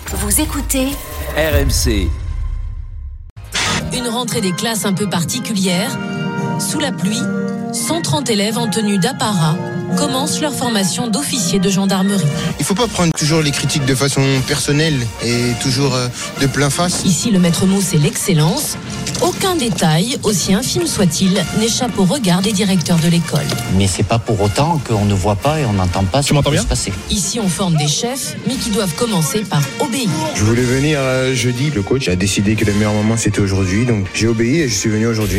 Vous écoutez RMC. Une rentrée des classes un peu particulière. Sous la pluie, 130 élèves en tenue d'apparat commencent leur formation d'officier de gendarmerie. Il ne faut pas prendre toujours les critiques de façon personnelle et toujours de plein face. Ici, le maître mot, c'est l'excellence. Aucun détail, aussi infime soit-il, n'échappe au regard des directeurs de l'école. Mais c'est pas pour autant qu'on ne voit pas et on n'entend pas ce qui peut se passer. Ici, on forme des chefs, mais qui doivent commencer par obéir. Je voulais venir jeudi. Le coach a décidé que le meilleur moment c'était aujourd'hui, donc j'ai obéi et je suis venu aujourd'hui.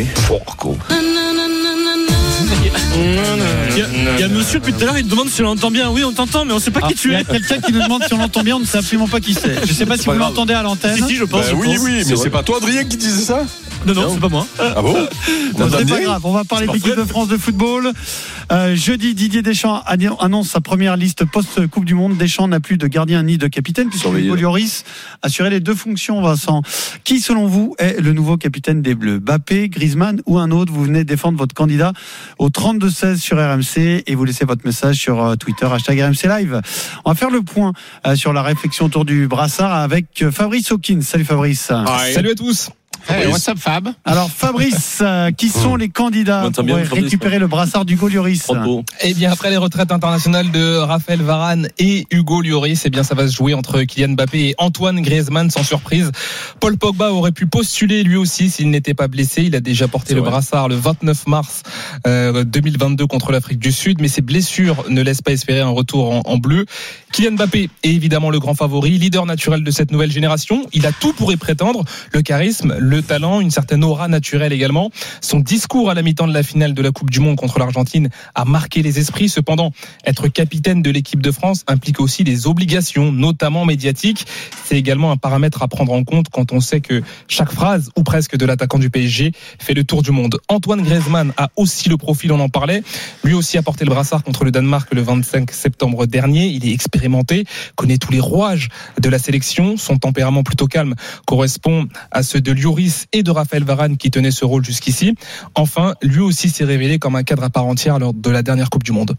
Il y a monsieur depuis tout à l'heure, il demande si on l'entend bien. Oui, on t'entend, mais on sait pas qui tu es. Il y a quelqu'un qui nous demande si on l'entend bien, on ne sait absolument pas qui c'est. Je sais pas si vous l'entendez à l'antenne. Si, je pense. Oui, mais c'est pas toi, Adrien, qui disait ça? Non, c'est pas moi. Ah bon? C'est pas grave, on va parler de l'équipe de France de football. Jeudi, Didier Deschamps annonce sa première liste post-Coupe du Monde. Deschamps n'a plus de gardien ni de capitaine, puisque Hugo Lloris assurait les deux fonctions, Vincent. Qui, selon vous, est le nouveau capitaine des Bleus? Mbappé, Griezmann ou un autre? Vous venez défendre votre candidat au 32-16 sur RMC et vous laissez votre message sur Twitter, #RMC Live. On va faire le point sur la réflexion autour du brassard avec Fabrice Hawkins. Salut Fabrice. Salut à tous. Hey, what's up Fab? Alors Fabrice, qui sont les candidats pour récupérer le brassard d'Hugo Lloris? Eh bien après les retraites internationales de Raphaël Varane et Hugo Lloris, eh bien ça va se jouer entre Kylian Mbappé et Antoine Griezmann sans surprise. Paul Pogba aurait pu postuler lui aussi s'il n'était pas blessé. Il a déjà porté le brassard le 29 mars 2022 contre l'Afrique du Sud, mais ses blessures ne laissent pas espérer un retour en bleu. Kylian Mbappé est évidemment le grand favori, leader naturel de cette nouvelle génération. Il a tout pour y prétendre, le charisme, le talent, une certaine aura naturelle également. Son discours à la mi-temps de la finale de la Coupe du Monde contre l'Argentine a marqué les esprits. Cependant, être capitaine de l'équipe de France implique aussi des obligations, notamment médiatiques. C'est également un paramètre à prendre en compte quand on sait que chaque phrase, ou presque, de l'attaquant du PSG fait le tour du monde. Antoine Griezmann a aussi le profil, on en parlait. Lui aussi a porté le brassard contre le Danemark le 25 septembre dernier. Il est expérimenté, connaît tous les rouages de la sélection. Son tempérament plutôt calme correspond à ceux de Lloris et de Raphaël Varane qui tenait ce rôle jusqu'ici. Enfin, lui aussi s'est révélé comme un cadre à part entière lors de la dernière Coupe du Monde.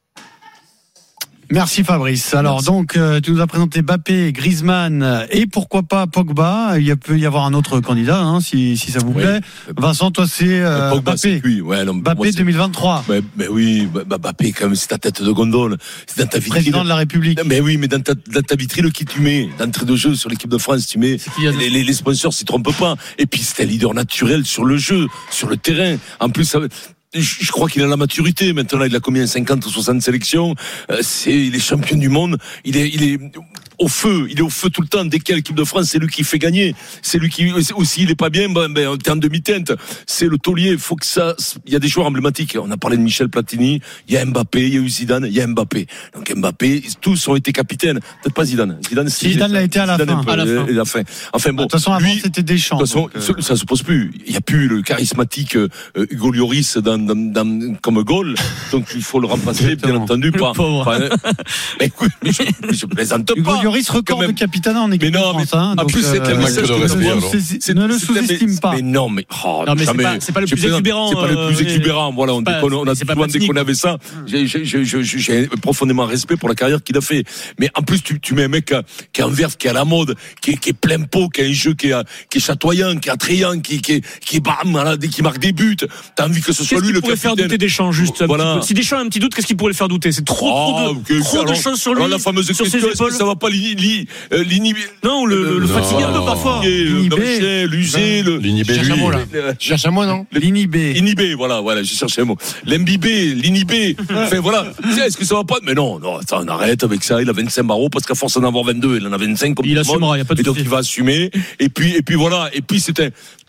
Merci Fabrice. Alors donc tu nous as présenté Mbappé, Griezmann et pourquoi pas Pogba. Il peut y avoir un autre candidat si ça vous plaît. Vincent, toi c'est Mbappé. Mbappé 2023. Mais oui, Mbappé quand même c'est ta tête de gondole. C'est dans ta vitrine. Président de la République. Mais oui, mais dans ta vitrine qui tu mets d'entrée de jeu sur l'équipe de France, tu mets les sponsors s'y trompent pas. Et puis c'est un leader naturel sur le jeu, sur le terrain. En plus je crois qu'il a la maturité. Maintenant, il a combien? 50 ou 60 sélections. Il est champion du monde. Il est au feu. Il est au feu tout le temps. Dès qu'il y a l'équipe de France, c'est lui qui fait gagner. C'est lui qui, aussi, il est pas bien, t'es en demi-teinte. C'est le taulier. Faut que il y a des joueurs emblématiques. On a parlé de Michel Platini. Il y a Mbappé. Il y a eu Zidane. Il y a Mbappé. Donc Mbappé, tous ont été capitaines. Peut-être pas Zidane. Zidane l'a été à la fin. Enfin bon. De toute façon, avant, c'était Deschamps. De toute façon, ça se pose plus. Il y a plus le charismatique Hugo Lloris comme goal, donc il faut le remplacer bien entendu par mais je plaisante pas. Hugo Lloris record de capitaine en équipe de France. En plus c'est un message de respect. Ne le sous-estime pas. Mais non mais c'est pas le plus exubérant. C'est pas le plus exubérant. Voilà, on a souvent déconné ça. J'ai profondément respect pour la carrière qu'il a fait. Mais en plus tu mets un mec qui est en verve, qui est à la mode, qui est plein pot, qui a un jeu qui est chatoyant, qui est attrayant, qui bam, qui marque des buts. T'as envie que ce soit lui le pourrait faire douter Deschamps juste voilà. Si Deschamps a un petit doute, qu'est-ce qui pourrait le faire douter? C'est trop de choses sur lui. Alors la fameuse sur question, est-ce que ça va pas l'inhiber? Non, le fatiguer un peu parfois. L'user, l'inhiber lui. Tu cherches un mot, non? L'inhiber, voilà, j'ai cherché un mot. L'imbiber, l'inhiber. Enfin voilà. Est-ce que ça va pas? Mais non, ça on arrête avec ça. Il a 25 barreaux parce qu'à force d'en avoir 22, il en a 25 comme il assumera, il y a pas de souci. Et donc il va assumer. Et puis voilà. Et puis c'était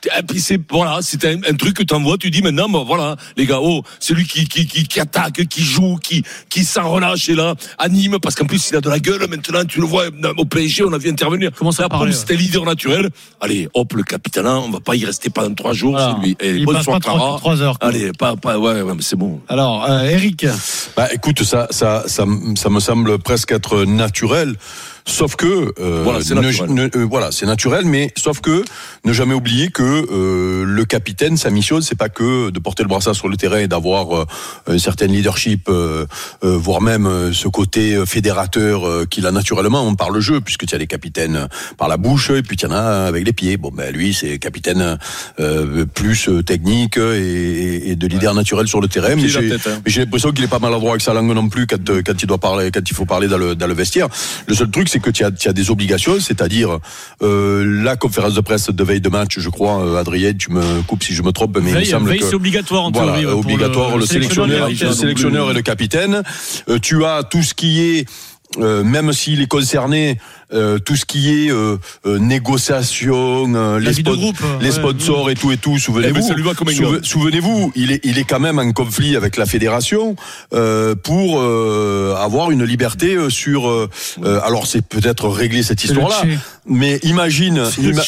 un truc que t'envoies, tu dis maintenant, voilà, les gars, c'est lui qui attaque, qui joue, qui s'en relâche et là, anime, parce qu'en plus il a de la gueule, maintenant tu le vois, au PSG, on a vu intervenir. Comment ça parle? C'était leader naturel. Allez, hop, le capitaine, on va pas y rester pendant 3 jours, voilà. C'est lui. Et il passe pas 3 heures. Quoi. Allez, ouais, mais c'est bon. Alors, Eric. Écoute, ça me semble presque être naturel. Sauf que c'est naturel, mais sauf que ne jamais oublier que le capitaine, sa mission, c'est pas que de porter le brassard sur le terrain et d'avoir un certain leadership, voire même ce côté fédérateur qu'il a naturellement par le jeu, puisque tu as les capitaines par la bouche et puis tu en as avec les pieds. Bon, ben lui, c'est capitaine plus technique et de leader naturel sur le terrain. Mais j'ai l'impression qu'il est pas maladroit avec sa langue non plus quand il doit parler, quand il faut parler dans le vestiaire. Le seul truc, c'est que tu as des obligations, c'est-à-dire la conférence de presse de veille de match, je crois, Adrien, tu me coupes si je me trompe, mais il me semble que c'est obligatoire en théorie. Obligatoire, le sélectionneur et le capitaine. Tu as tout ce qui est même s'il est concerné, tout ce qui est négociation, les sponsors et tout, souvenez-vous, il est quand même en conflit avec la fédération pour avoir une liberté sur. Alors c'est peut-être régler cette histoire-là, mais imagine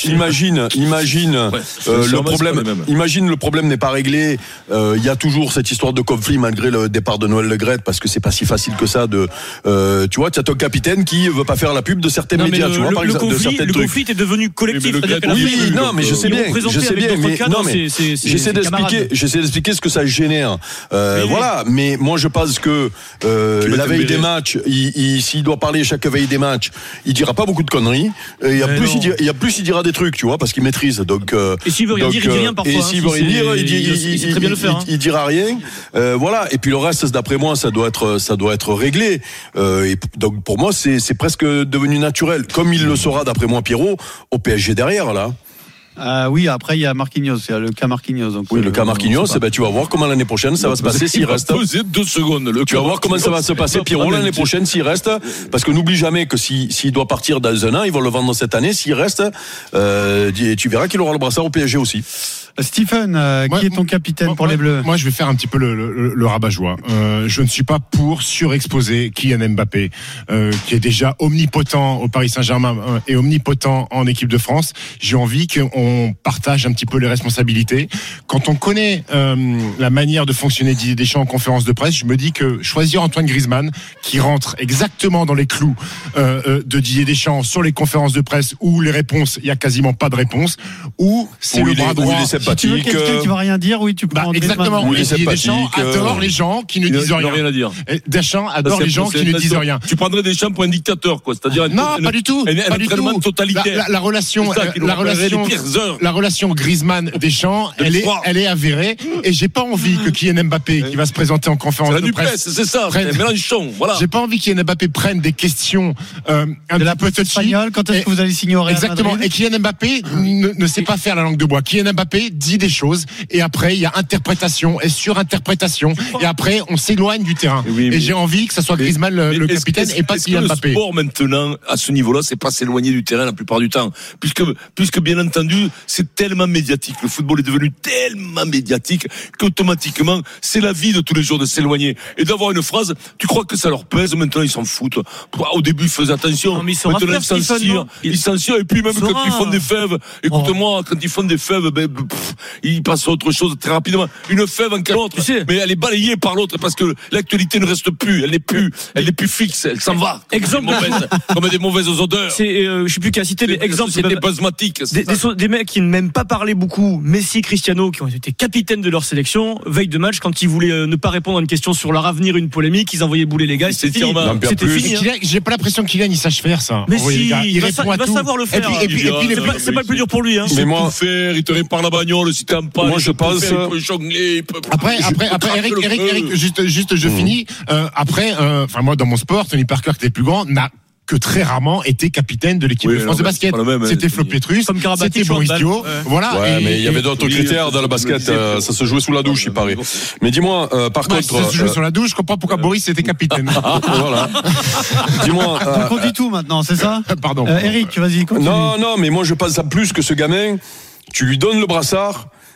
le problème. Imagine le problème n'est pas réglé. Il y a toujours cette histoire de conflit malgré le départ de Noël Le Graët, parce que c'est pas si facile que ça de. Tu vois, tu as ton capitaine qui veut pas faire la pub de certains médias, tu vois, par exemple, de certains trucs. Le conflit est devenu collectif. Mais je sais bien, mais j'essaie d'expliquer ce que ça génère. Voilà, mais moi je pense que la veille des matchs, s'il doit parler chaque veille des matchs, il dira pas beaucoup de conneries. Il y a plus, il dira des trucs, tu vois, parce qu'il maîtrise. Donc et s'il veut rien dire, il dit rien parfois. Et s'il veut rien dire, il sait très bien le faire. Il dira rien. Voilà. Et puis le reste, d'après moi, ça doit être réglé. Et donc pour moi, c'est presque devenu naturel, comme il le sera d'après moi, Pierrot, au PSG derrière là. Oui, après il y a Marquinhos, il y a le cas Marquinhos. Donc oui, le cas Marquinhos, tu vas voir comment l'année prochaine ça va se passer s'il reste. 2 secondes. Tu vas voir comment ça va se passer, Pierrot, l'année prochaine s'il reste, parce que n'oublie jamais que s'il doit partir dans un an, ils vont le vendre cette année. S'il reste, tu verras qu'il aura le brassard au PSG aussi. Stephen, qui est ton capitaine pour les Bleus? Moi, je vais faire un petit peu le rabat-joie. Je ne suis pas pour surexposer Kylian Mbappé, qui est déjà omnipotent au Paris Saint-Germain et omnipotent en équipe de France. J'ai envie qu'on partage un petit peu les responsabilités. Quand on connaît la manière de fonctionner Didier Deschamps en conférence de presse, je me dis que choisir Antoine Griezmann, qui rentre exactement dans les clous de Didier Deschamps sur les conférences de presse où les réponses, il y a quasiment pas de réponse, où c'est le bras droit. Si tu veux quelqu'un qui va rien dire, oui, tu prends exactement. Didier Deschamps adore les gens qui ne disent rien. Deschamps adore les gens qui ne disent rien. Tu prendrais Deschamps pour un dictateur, quoi. C'est-à-dire non, pas du tout. Un totalitaire. La relation Griezmann-Deschamps, elle est avérée. Et j'ai pas envie que Kylian Mbappé, qui va se présenter en conférence de presse, c'est ça. Mélenchon, voilà. J'ai pas envie que Kylian Mbappé prenne des questions de la poste espagnole. Quand est-ce que vous allez signer au Real Madrid? Exactement. Et Kylian Mbappé ne sait pas faire la langue de bois. Kylian Mbappé dit des choses et après il y a interprétation et surinterprétation et après on s'éloigne du terrain. Et j'ai envie que ça soit Griezmann le capitaine et pas Kylian Mbappé. Le sport maintenant à ce niveau-là, c'est pas s'éloigner du terrain la plupart du temps, puisque bien entendu c'est tellement médiatique. Le football est devenu tellement médiatique qu'automatiquement c'est la vie de tous les jours de s'éloigner et d'avoir une phrase. Tu crois que ça leur pèse? Maintenant ils s'en foutent. Au début ils faisaient attention. Non, mais maintenant ils s'en tirent et puis même quand ils font des fèves. Écoute-moi, quand ils font des fèves, il passe à autre chose très rapidement. Une fève en l'autre, mais elle est balayée par l'autre parce que l'actualité ne reste plus. Elle n'est plus fixe. Elle s'en va. Exemple comme des mauvaises odeurs. Je sais plus qu'à citer des exemples. C'est des basmatiques. Des mecs qui ne m'aiment pas parler beaucoup. Messi, Cristiano, qui ont été capitaines de leur sélection, veille de match, quand ils voulaient ne pas répondre à une question sur leur avenir, une polémique, ils envoyaient bouler les gars. C'était fini. J'ai pas l'impression qu'il il sache faire ça. Mais si, il va savoir le faire. Et puis c'est pas le plus dur pour lui. Mais moi, faire, il te répare la bagnole si t'es en panne. Moi, je pense. Après, Eric, juste, je finis. Après, moi, dans mon sport, Tony Parker, qui était plus grand, n'a que très rarement été capitaine de l'équipe de France de basket. C'était Flo Petrus, c'était Boris Dio. Voilà. Ouais, mais il y avait d'autres critères dans le basket. Ça se jouait sous la douche, il paraît. Mais dis-moi, par contre. Ça se jouait sous la douche, je comprends pourquoi Boris était capitaine. Voilà. Dis-moi. Donc on dit tout maintenant, c'est ça? Pardon. Eric, vas-y, continue. Non, mais moi je pense à plus que ce gamin. Tu lui donnes le brassard.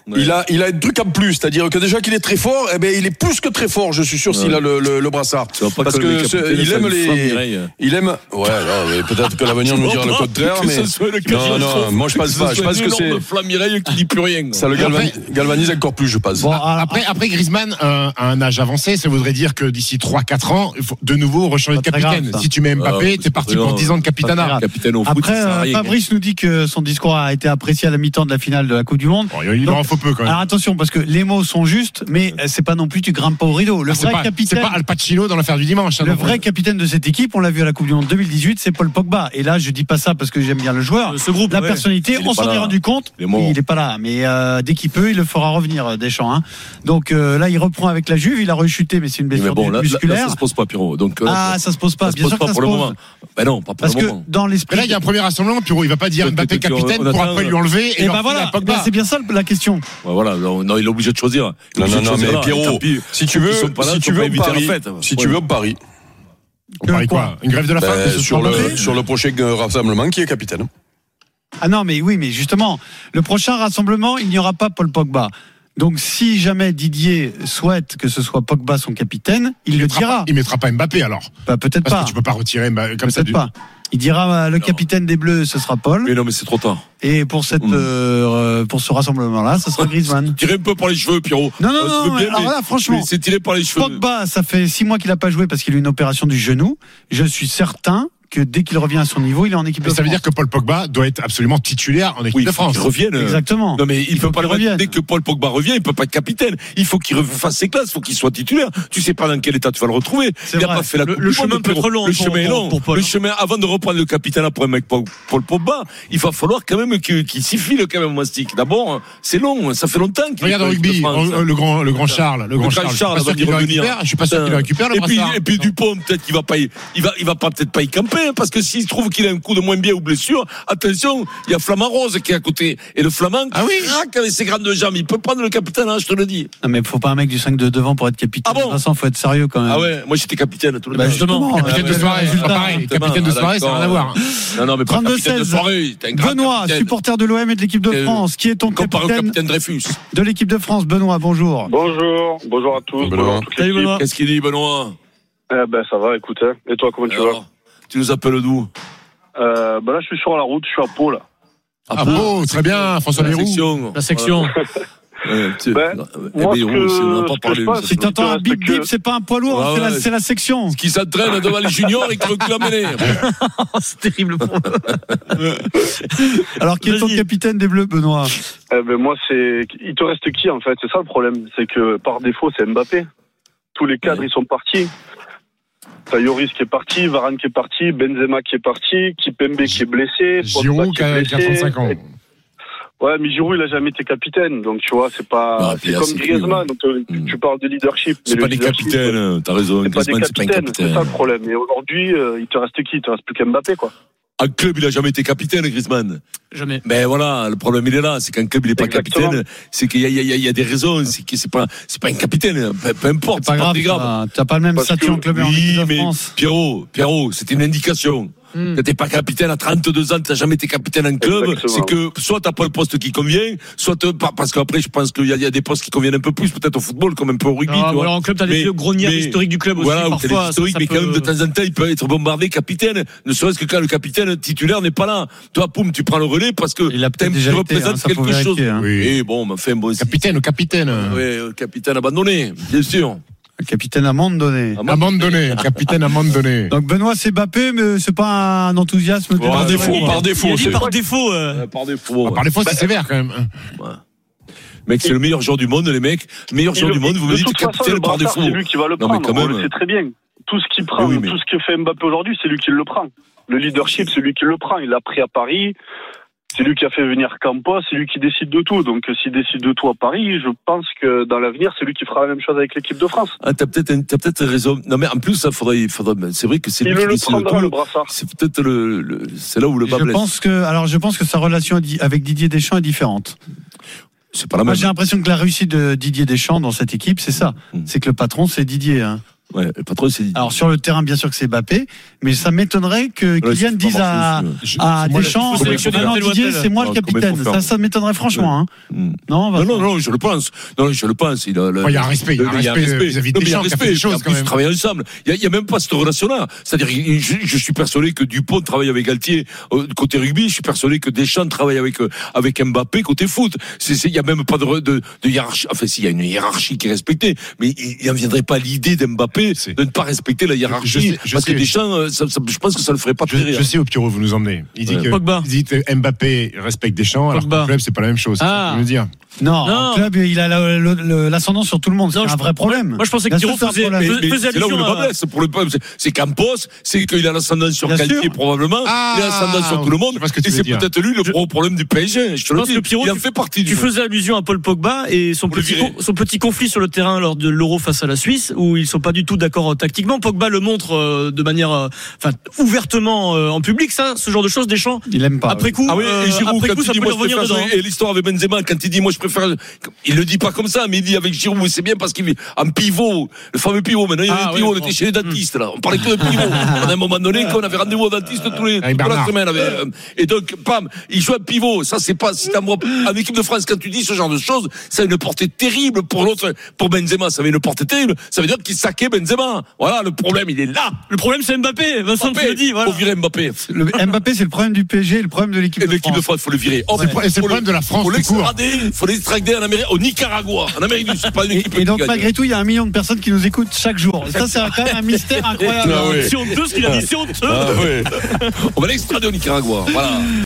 il a un truc en plus, c'est-à-dire que déjà qu'il est très fort, eh ben il est plus que très fort, je suis sûr, s'il a le brassard. Parce que il aime il aime. Ouais, non, peut-être que l'avenir nous dira le contraire, mais non, moi je pense pas. Je pense que c'est Flamme Mireille qui dit plus rien. Ça le galvanise encore plus, je pense. Bon, après Griezmann à un âge avancé, ça voudrait dire que d'ici 3-4 ans, il faut de nouveau rechanger de capitaine. Si tu mets Mbappé, t'es parti pour 10 ans de capitanat. Après, Fabrice nous dit que son discours a été apprécié à la mi-temps de la finale de la Coupe du Monde. Il en faut peu quand même. Alors attention, parce que les mots sont justes, mais c'est pas non plus tu grimpes pas au rideau. Le vrai capitaine, c'est pas Al Pacino dans l'affaire du dimanche. Le vrai capitaine de cette équipe, on l'a vu à la Coupe du Monde 2018, c'est Paul Pogba. Et là, je dis pas ça parce que j'aime bien le joueur. Ce groupe, la personnalité, on s'en est rendu compte. Il est pas là, mais dès qu'il peut, il le fera revenir, Deschamps. Hein. Donc là, il reprend avec la Juve, il a rechuté, mais c'est une blessure musculaire. Là, ça se pose pas, Pierrot. Donc ça se pose pas. Bien sûr que ça se pose. Moment. Ben non, pas pour le moment. Parce que dans l'esprit. Là, il y a un premier rassemblement, Pierrot. Il va pas dire Mbappé capitaine pour après lui enlever. Et ben voilà, c'est bien ça la question. Voilà, non, il est obligé de choisir. Non, mais Pierrot, si tu veux, on parie. On parie quoi? Une grève de la faim sur le prochain rassemblement qui est capitaine. Ah non, mais oui, mais justement, le prochain rassemblement, il n'y aura pas Paul Pogba. Donc, si jamais Didier souhaite que ce soit Pogba son capitaine, il le dira. Il mettra pas Mbappé alors. Peut-être pas. Parce que tu peux pas retirer Mbappé comme ça. Peut-être pas. Il dira le capitaine des Bleus, ce sera Paul. Mais non, mais c'est trop tard. Et pour ce rassemblement-là, ce sera Griezmann. Tirez un peu par les cheveux, Pierrot. Non. Alors là, franchement, c'est tiré par les cheveux. Pogba, ça fait 6 mois qu'il a pas joué parce qu'il a eu une opération du genou. Je suis certain que dès qu'il revient à son niveau, il est en équipe de France. Ça veut dire que Paul Pogba doit être absolument titulaire en équipe de France. Il revienne. Exactement. Non, mais il peut pas le revenir. Dès que Paul Pogba revient, il peut pas être capitaine. Il faut qu'il refasse ses classes, il faut qu'il soit titulaire. Tu sais pas dans quel état tu vas le retrouver. Il a pas fait le chemin peut être long. Le chemin est long. Le chemin, avant de reprendre le capitaine pour un mec Paul Pogba, il va falloir quand même qu'il s'y file quand même au mastic. D'abord, c'est long. Ça fait longtemps qu'il regarde au rugby, le grand Charles. Le grand Charles va revenir. Je suis pas sûr qu'il récupère le brassard. Et puis Dupont, peut-être qu'il va pas, il va peut-être pas y camper, parce que s'il se trouve qu'il a un coup de moins bien ou blessure, attention, il y a Flamand Rose qui est à côté. Et le Flamand, avec ses grandes jambes, il peut prendre le capitaine, hein, je te le dis. Non, mais faut pas un mec du 5 de devant pour être capitaine. Vincent, faut être sérieux quand même. Ah ouais, moi j'étais capitaine tout le temps. Justement, capitaine de soirée, c'est pas pareil. Capitaine de soirée, ça n'a rien à voir. Non, mais pas capitaine de soirée. Benoît, supporter de l'OM et de l'équipe de France, qui est ton capitaine Dreyfus de l'équipe de France. Benoît, bonjour. Bonjour à tous. Salut Benoît. Qu'est-ce qu'il dit, Benoît? Ça va, écoute. Et toi, comment tu vas? Tu nous appelles d'où? Là, je suis sur la route, je suis à Pau, là. À Pau, très bien, François Bayrou. La section. Si t'entends un bip bip, c'est pas un poids lourd, c'est la section. Qui s'entraîne devant les juniors et qui veut l'amener. C'est terrible pour eux. Alors, qui est ton capitaine des Bleus, Benoît? Moi, il te reste qui, en fait? C'est ça le problème. C'est que, par défaut, c'est Mbappé. Tous les cadres, ils sont partis. T'as Lloris qui est parti, Varane qui est parti, Benzema qui est parti, Kipembe qui est blessé, Giroud qui a 35 ans. Ouais, mais Giroud, il a jamais été capitaine, donc tu vois, c'est pas, c'est comme Griezmann, donc tu parles de leadership. C'est pas des capitaines, t'as raison, Griezmann, c'est pas un capitaine. C'est ça le problème. Et aujourd'hui, il te reste qui? Il te reste plus qu'Mbappé, quoi. Un club, il a jamais été capitaine, Griezmann. Jamais. Mais voilà, le problème, il est là. C'est qu'un club, il est pas capitaine. C'est qu'il y a des raisons. C'est que c'est pas un capitaine. Peu importe. C'est pas grave. T'as pas le même statut en club et en équipe de France. Pierrot, c'était une indication. Que t'es pas capitaine à 32 ans, t'as jamais été capitaine en club. Exactement. C'est que soit t'as pas le poste qui convient, soit parce qu'après je pense qu'il y a des postes qui conviennent un peu plus, peut-être au football comme un peu au rugby. Alors en club t'as des vieux grognards historiques du club aussi. Voilà, parfois. Historique, mais quand même de temps en temps il peut être bombardé capitaine. Ne serait-ce que quand le capitaine titulaire n'est pas là. Toi, poum, tu prends le relais parce que tu représentes quelque chose. Et bon, enfin bon. Capitaine. Oui, capitaine abandonné, bien sûr. Capitaine abandonné. Capitaine abandonné. Donc Benoît, c'est Mbappé, mais c'est pas un enthousiasme. Par défaut. Par défaut, c'est sévère quand même. Mec, c'est le meilleur joueur du monde, les mecs. Meilleur joueur du monde, vous me dites capitaine par défaut. C'est lui qui va le prendre. On le sait très bien. Tout ce qu'il prend, tout ce que fait Mbappé aujourd'hui, c'est lui qui le prend. Le leadership, c'est lui qui le prend. Il l'a pris à Paris. C'est lui qui a fait venir Campos, c'est lui qui décide de tout. Donc, s'il décide de tout à Paris, je pense que dans l'avenir, c'est lui qui fera la même chose avec l'équipe de France. Ah, t'as peut-être raison. Non, mais en plus, ça faudrait, c'est vrai que c'est lui qui décide de tout. Le brassard. C'est peut-être c'est là où le bas blesse. Je pense que sa relation avec Didier Deschamps est différente. C'est pas la même. Moi, j'ai l'impression que la réussite de Didier Deschamps dans cette équipe, c'est ça. C'est que le patron, c'est Didier, hein. Ouais, le patron s'est dit. Alors sur le terrain, bien sûr que c'est Mbappé, mais ça m'étonnerait que Kylian dise à Deschamps, non Didier, c'est moi le capitaine. Ça m'étonnerait franchement. Non, je le pense. Il y a un respect. Il y a un respect vis-à-vis de Deschamps qui a fait des choses quand même. Ils travaillent ensemble. Il y a même pas cette relation-là. C'est-à-dire, je suis persuadé que Dupont travaille avec Galtier côté rugby. Je suis persuadé que Deschamps travaille avec Mbappé côté foot. Il y a même pas de hiérarchie. Enfin, s'il y a une hiérarchie qui est respectée, mais il n'en viendrait pas l'idée d'Mbappé de ne pas respecter la hiérarchie. Parce que Deschamps, je pense que ça le ferait pas très rire. Je sais où Pierrot vous nous emmenez. Il dit que Mbappé respecte Deschamps, alors que le club c'est pas la même chose. Je veux dire. Non, le club il a l'ascendant sur tout le c'est un vrai problème. Moi je pensais que Giroud faisait c'est là où le bas blesse pour le peuple. C'est Campos, c'est qu'il a l'ascendant sur Galtier probablement, il a l'ascendant sur tout le monde. Et c'est peut-être lui le gros problème du PSG. Je te le dis, il en fait partie. Tu faisais allusion à Paul Pogba et son petit conflit sur le terrain lors de l'Euro face à la Suisse où ils sont pas du tout d'accord tactiquement. Pogba le montre de manière ouvertement en public, ce genre de choses. Deschamps il aime pas. Après coup, ça peut revenir dedans. Et l'histoire avec Benzema quand il dit moi je préfère, il le dit pas comme ça, mais il dit avec Giroud c'est bien parce qu'il en pivot, le fameux pivot. Maintenant il y a un pivot, on était chez les dentistes là, on parlait que de pivot. À un moment donné qu'on avait rendez-vous au dentiste toute la semaine. Et donc pam, il joue un pivot. Ça c'est pas si t'envoies en équipe de France quand tu dis ce genre de choses, ça a une portée terrible pour l'autre. Pour Benzema, ça avait une portée terrible. Ça veut dire qu'il saquait Benzema. Voilà, le problème il est là. Le problème c'est Mbappé. Vincent te le dit. Faut virer Mbappé. Mbappé c'est le problème du PSG, le problème de l'équipe de France. Faut le virer. C'est le problème de la France. Faut l'extrader au Nicaragua, en Amérique du Sud, pas une équipe. Et donc malgré tout, il y a 1 million de personnes qui nous écoutent chaque jour. Ça, c'est quand même un mystère incroyable. C'est honteux ce qu'il a dit, c'est honteux. On va l'extrader au Nicaragua. Voilà.